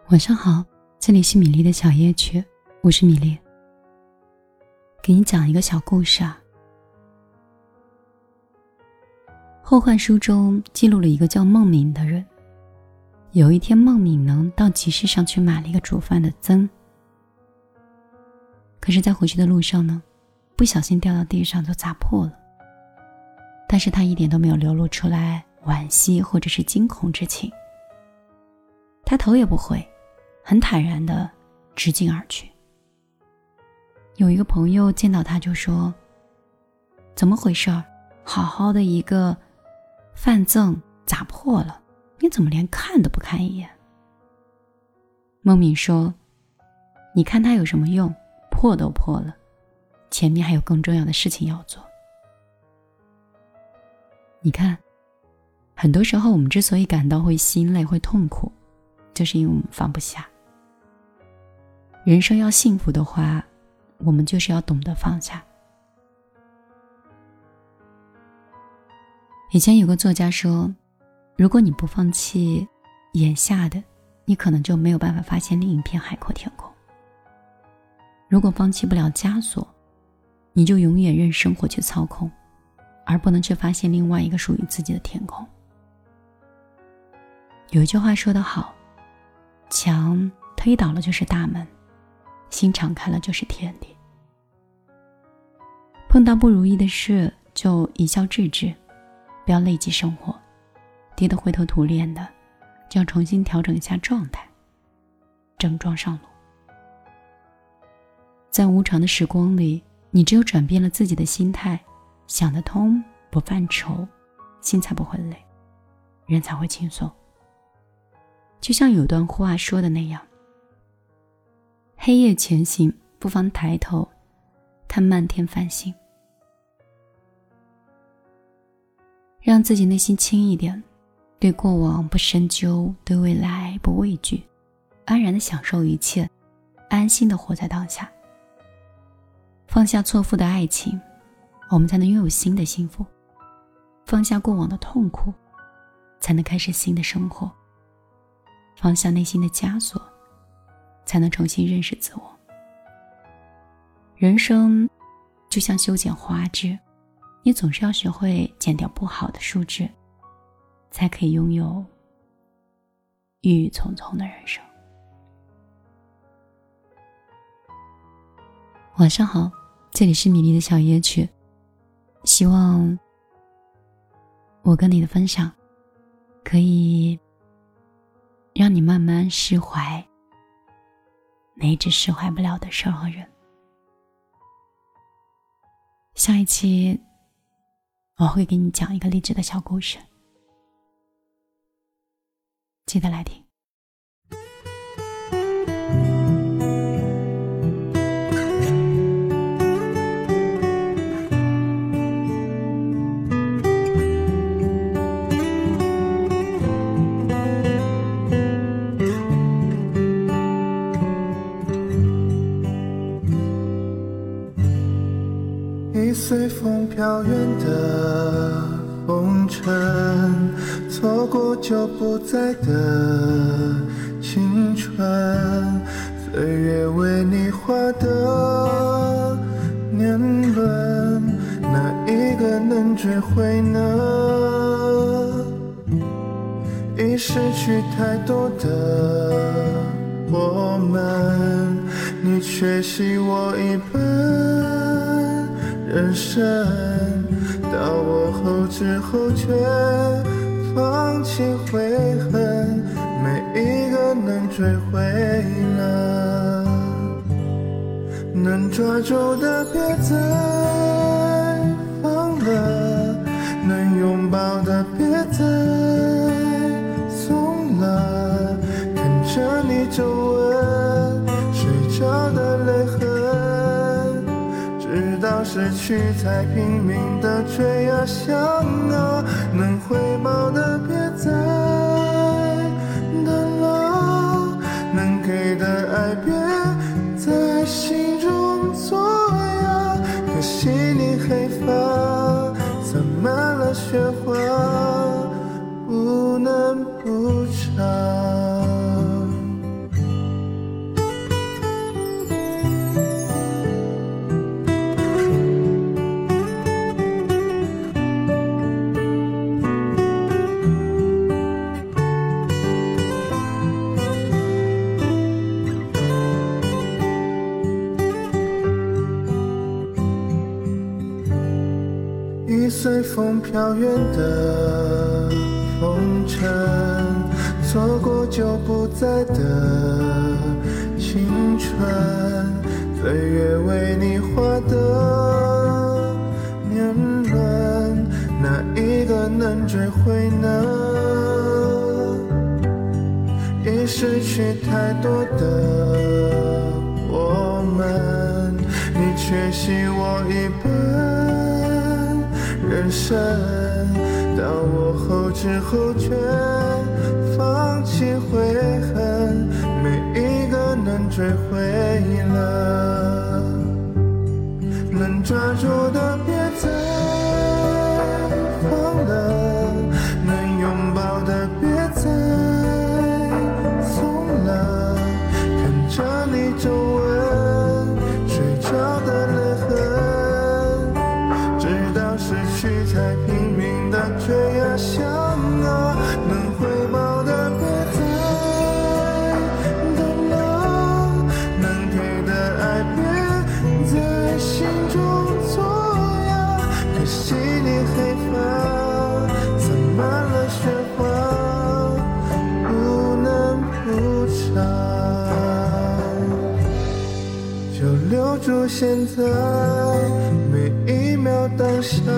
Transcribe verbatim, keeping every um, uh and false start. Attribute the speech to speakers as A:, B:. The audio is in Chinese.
A: 晚上好，这里是米粒的小夜曲，我是米粒。给你讲一个小故事啊。后汉书中记录了一个叫孟敏的人。有一天，孟敏呢到集市上去买了一个煮饭的甑，可是在回去的路上呢，不小心掉到地上就砸破了。但是他一点都没有流露出来惋惜或者是惊恐之情，他头也不回，很坦然地直径而去。有一个朋友见到他就说，怎么回事儿？好好的一个饭甑砸破了，你怎么连看都不看一眼？孟敏说，你看它有什么用？破都破了，前面还有更重要的事情要做。你看，很多时候我们之所以感到会心累会痛苦，就是因为我们放不下。人生要幸福的话，我们就是要懂得放下。以前有个作家说，如果你不放弃眼下的，你可能就没有办法发现另一片海阔天空。如果放弃不了枷锁，你就永远任生活去操控，而不能去发现另外一个属于自己的天空。有一句话说得好，墙推倒了就是大门，心敞开了就是天地。碰到不如意的事就一笑置之，不要累及生活，跌得灰头土脸的，就要重新调整一下状态，整装上路。在无常的时光里，你只有转变了自己的心态，想得通，不犯愁，心才不会累，人才会轻松。就像有段话说的那样，黑夜前行，不妨抬头看漫天繁星。让自己内心轻一点，对过往不深究，对未来不畏惧，安然地享受一切，安心地活在当下。放下错付的爱情，我们才能拥有新的幸福；放下过往的痛苦，才能开始新的生活；放下内心的枷锁，才能重新认识自我。人生就像修剪花枝，你总是要学会剪掉不好的树枝，才可以拥有郁郁葱葱的人生。晚上好，这里是米粒的小夜曲，希望我跟你的分享可以让你慢慢释怀那一直释怀不了的事儿和人。下一期我会给你讲一个励志的小故事，记得来听。
B: 随风飘远的风尘，错过就不再的青春，岁月为你画的年轮，哪一个能追回呢？已失去太多的我们，你却惜我一半人生，到我后知后觉，放弃悔恨，没一个能追回了。能抓住的别再放了，能拥抱的别再松了，看着你皱纹，睡着的泪痕，直到失去才拼命地追啊想啊，能回报的别再等了，能给的爱别在心中作哑，可惜你黑发洒满了雪花，不能不尝。 风飘远的风尘，错过就不再的青春，岁月为你画的年轮，哪一个能追回呢？已失去太多的我们，你缺席我一半人生，到我后知后觉，放弃悔恨，每一个能追回了，能抓住的别再放了，能拥抱的别再松了，看着你皱纹睡着的泪痕，直到失去才拼命的追啊想啊，能回报的别再等了，能给的爱别在心中作哑，可惜你黑发洒满了雪花，不能补偿，就留住现在每一秒当下。